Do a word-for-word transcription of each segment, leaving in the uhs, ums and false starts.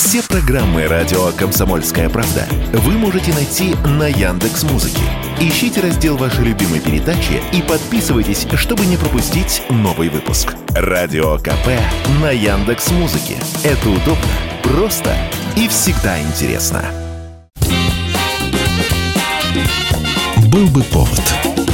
Все программы радио «Комсомольская правда» вы можете найти на Яндекс.Музыке. Ищите раздел вашей любимой передачи и подписывайтесь, чтобы не пропустить новый выпуск. Радио КП на Яндекс.Музыке. Это удобно, просто и всегда интересно. Был бы повод.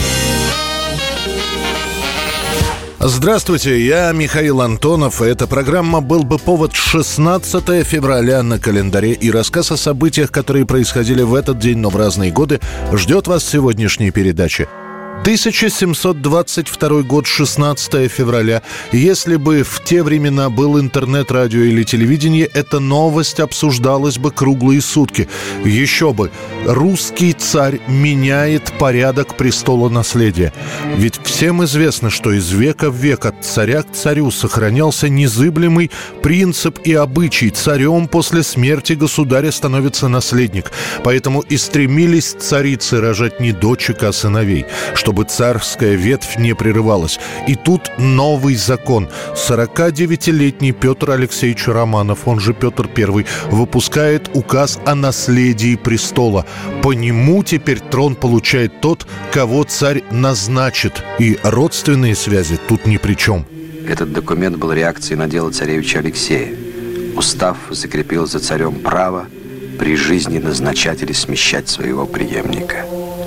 Здравствуйте, я Михаил Антонов. Эта программа «Был бы повод», шестнадцатое февраля на календаре. И рассказ о событиях, которые происходили в этот день, но в разные годы, ждет вас в сегодняшней передаче. тысяча семьсот двадцать второй год, шестнадцатое февраля. Если бы в те времена был интернет, радио или телевидение, эта новость обсуждалась бы круглые сутки. Еще бы. Русский царь меняет порядок престола наследия. Ведь всем известно, что из века в век от царя к царю сохранялся незыблемый принцип и обычай. Царем после смерти государя становится наследник. Поэтому и стремились царицы рожать не дочек, а сыновей, чтобы царская ветвь не прерывалась. И тут новый закон. сорокадевятилетний Петр Алексеевич Романов, он же Петр Первый, выпускает указ о наследии престола. По нему теперь трон получает тот, кого царь назначит. И родственные связи тут ни при чем. Этот документ был реакцией на дело царевича Алексея. Устав закрепил за царем право при жизни назначать или смещать своего преемника.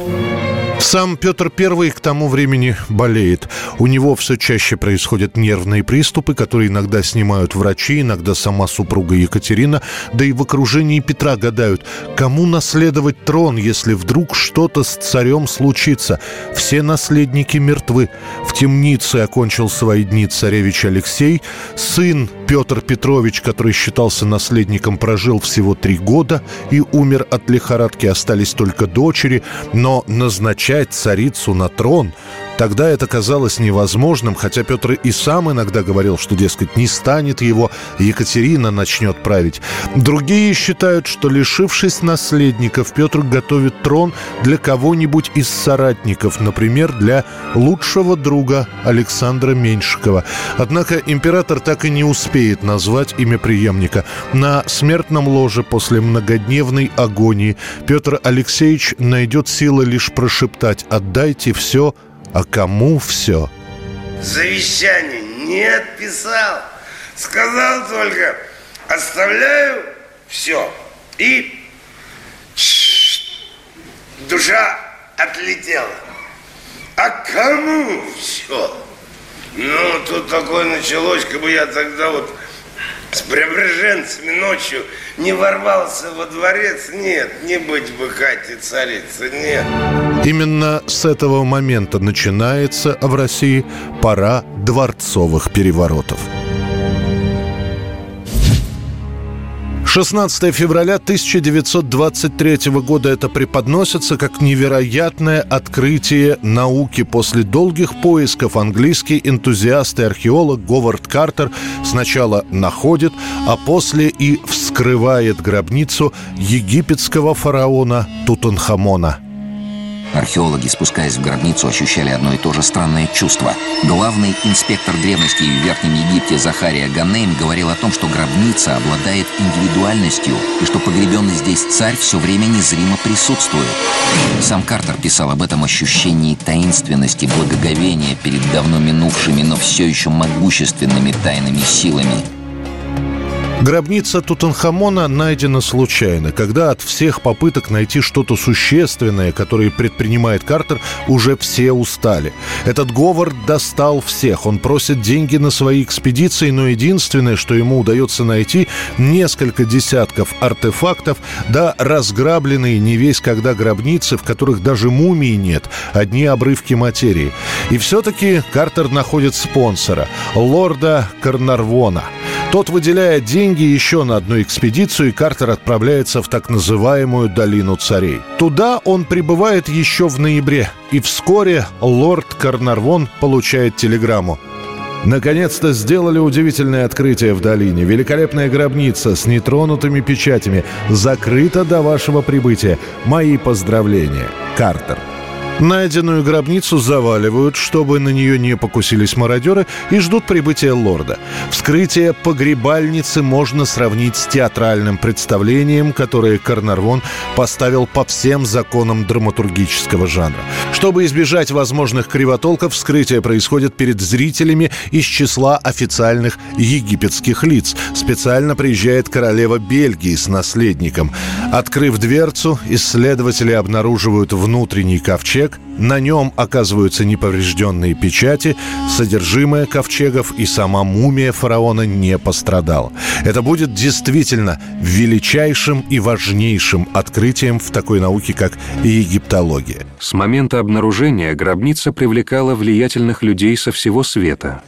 Сам Петр Первый к тому времени болеет. У него все чаще происходят нервные приступы, которые иногда снимают врачи, иногда сама супруга Екатерина. Да и в окружении Петра гадают, кому наследовать трон, если вдруг что-то с царем случится. Все наследники мертвы. В темнице окончил свои дни царевич Алексей. Сын Петр Петрович, который считался наследником, прожил всего три года и умер от лихорадки. Остались только дочери, но назначать царицу на трон, тогда это казалось невозможным, хотя Петр и сам иногда говорил, что, дескать, не станет его, Екатерина начнет править. Другие считают, что, лишившись наследников, Петр готовит трон для кого-нибудь из соратников, например, для лучшего друга Александра Меньшикова. Однако император так и не успеет назвать имя преемника. На смертном ложе после многодневной агонии Петр Алексеевич найдет силы лишь прошептать: «Отдайте все». А кому все? Завещание не отписал. Сказал только: оставляю все. И душа отлетела. А кому все? Ну, тут такое началось, как бы я тогда вот с преображенцами ночью не ворвался во дворец. Нет, не быть бы Кате царицы, нет. Именно с этого момента начинается в России пора дворцовых переворотов. шестнадцатое февраля тысяча девятьсот двадцать третьего года это преподносится как невероятное открытие науки. После долгих поисков английский энтузиаст и археолог Говард Картер сначала находит, а после и вскрывает гробницу египетского фараона Тутанхамона. Археологи, спускаясь в гробницу, ощущали одно и то же странное чувство. Главный инспектор древности в Верхнем Египте Захария Ганнейм говорил о том, что гробница обладает индивидуальностью и что погребенный здесь царь все время незримо присутствует. Сам Картер писал об этом ощущении таинственности, благоговения перед давно минувшими, но все еще могущественными тайными силами. Гробница Тутанхамона найдена случайно, когда от всех попыток найти что-то существенное, которое предпринимает Картер, уже все устали. Этот Говард достал всех. Он просит деньги на свои экспедиции, но единственное, что ему удается найти, несколько десятков артефактов, да разграбленные не весь когда гробницы, в которых даже мумии нет, одни обрывки материи. И все-таки Картер находит спонсора, лорда Карнарвона. Тот выделяет деньги еще на одну экспедицию, и Картер отправляется в так называемую Долину Царей. Туда он прибывает еще в ноябре, и вскоре лорд Карнарвон получает телеграмму. Наконец-то сделали удивительное открытие в долине. Великолепная гробница с нетронутыми печатями закрыта до вашего прибытия. Мои поздравления. Картер. Найденную гробницу заваливают, чтобы на нее не покусились мародеры, и ждут прибытия лорда. Вскрытие погребальницы можно сравнить с театральным представлением, которое Карнарвон поставил по всем законам драматургического жанра. Чтобы избежать возможных кривотолков, вскрытие происходит перед зрителями из числа официальных египетских лиц. Специально приезжает королева Бельгии с наследником. Открыв дверцу, исследователи обнаруживают внутренний ковчег. На нем оказываются неповрежденные печати, содержимое ковчегов, и сама мумия фараона не пострадала. Это будет действительно величайшим и важнейшим открытием в такой науке, как египтология. С момента обнаружения гробница привлекала влиятельных людей со всего света.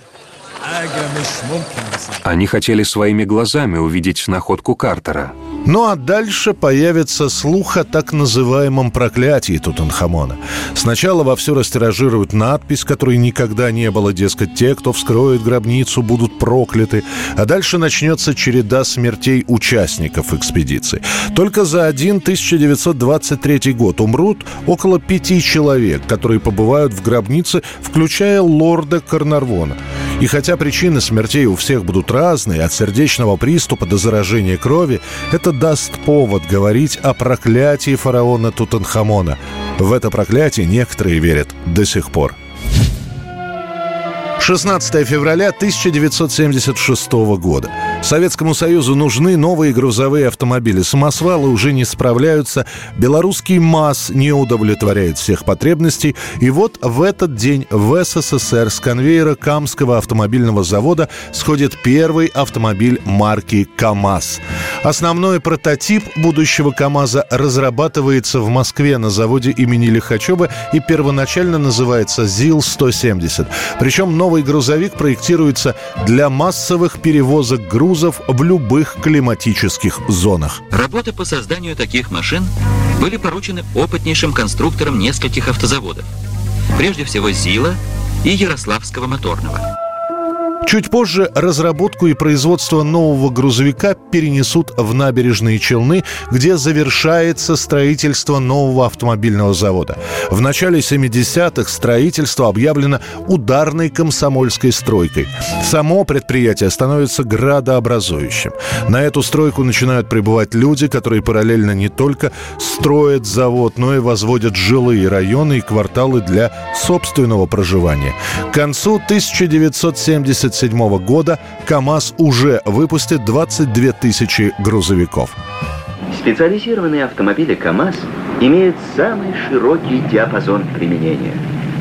Они хотели своими глазами увидеть находку Картера. Ну а дальше появится слух о так называемом проклятии Тутанхамона. Сначала вовсю растиражируют надпись, которой никогда не было, дескать, те, кто вскроет гробницу, будут прокляты. А дальше начнется череда смертей участников экспедиции. Только за один тысяча девятьсот двадцать третий год умрут около пяти человек, которые побывают в гробнице, включая лорда Карнарвона. И хотя причины смертей у всех будут разные, от сердечного приступа до заражения крови, это даст повод говорить о проклятии фараона Тутанхамона. В это проклятие некоторые верят до сих пор. шестнадцатое февраля тысяча девятьсот семьдесят шестого года. Советскому Союзу нужны новые грузовые автомобили. Самосвалы уже не справляются. Белорусский МАЗ не удовлетворяет всех потребностей. И вот в этот день в СССР с конвейера Камского автомобильного завода сходит первый автомобиль марки КАМАЗ. Основной прототип будущего КАМАЗа разрабатывается в Москве на заводе имени Лихачева и первоначально называется ЗИЛ сто семьдесят. Причем новый грузовик проектируется для массовых перевозок грузов в любых климатических зонах. Работы по созданию таких машин были поручены опытнейшим конструкторам нескольких автозаводов. Прежде всего ЗИЛа и Ярославского моторного. Чуть позже разработку и производство нового грузовика перенесут в Набережные Челны, где завершается строительство нового автомобильного завода. В начале семидесятых строительство объявлено ударной комсомольской стройкой. Само предприятие становится градообразующим. На эту стройку начинают прибывать люди, которые параллельно не только строят завод, но и возводят жилые районы и кварталы для собственного проживания. К концу тысяча девятьсот семьдесят седьмого года КАМАЗ уже выпустит двадцать две тысячи грузовиков. Специализированные автомобили КАМАЗ имеют самый широкий диапазон применения.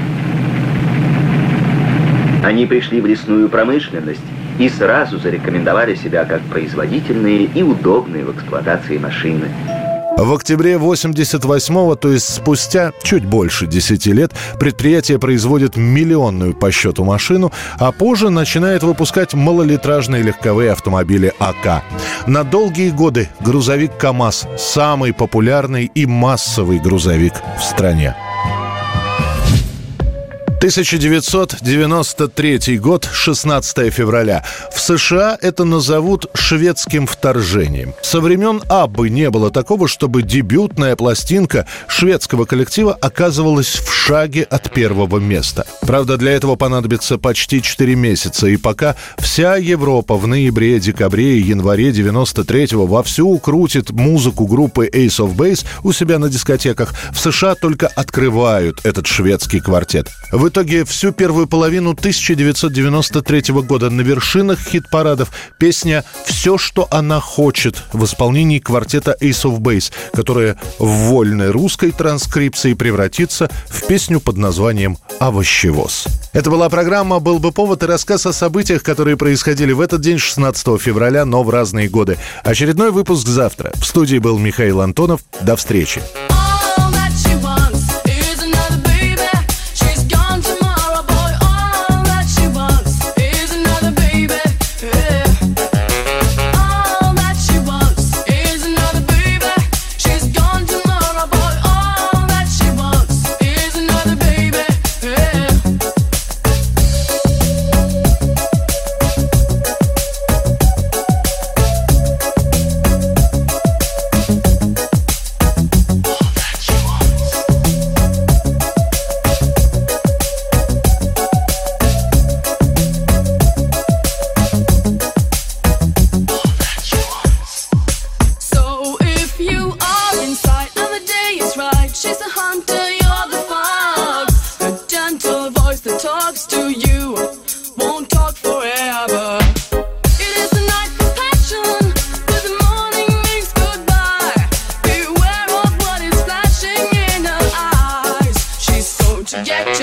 Они пришли в лесную промышленность и сразу зарекомендовали себя как производительные и удобные в эксплуатации машины. В октябре восемьдесят восьмого, то есть спустя чуть больше десяти лет, предприятие производит миллионную по счету машину, а позже начинает выпускать малолитражные легковые автомобили АК. На долгие годы грузовик КАМАЗ – самый популярный и массовый грузовик в стране. тысяча девятьсот девяносто третий год, шестнадцатое февраля. В США это назовут шведским вторжением. Со времен Аббы не было такого, чтобы дебютная пластинка шведского коллектива оказывалась в шаге от первого места. Правда, для этого понадобится почти четыре месяца, и пока вся Европа в ноябре, декабре и январе девяносто третьего вовсю крутит музыку группы Ace of Base у себя на дискотеках, в США только открывают этот шведский квартет. В итоге всю первую половину тысяча девятьсот девяносто третьего года на вершинах хит-парадов песня «Все, что она хочет» в исполнении квартета Ace of Base, которая в вольной русской транскрипции превратится в песню под названием «Овощевоз». Это была программа «Был бы повод» и рассказ о событиях, которые происходили в этот день, шестнадцатого февраля, но в разные годы. Очередной выпуск завтра. В студии был Михаил Антонов. До встречи.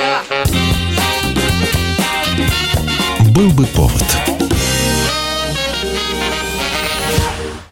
Был бы повод.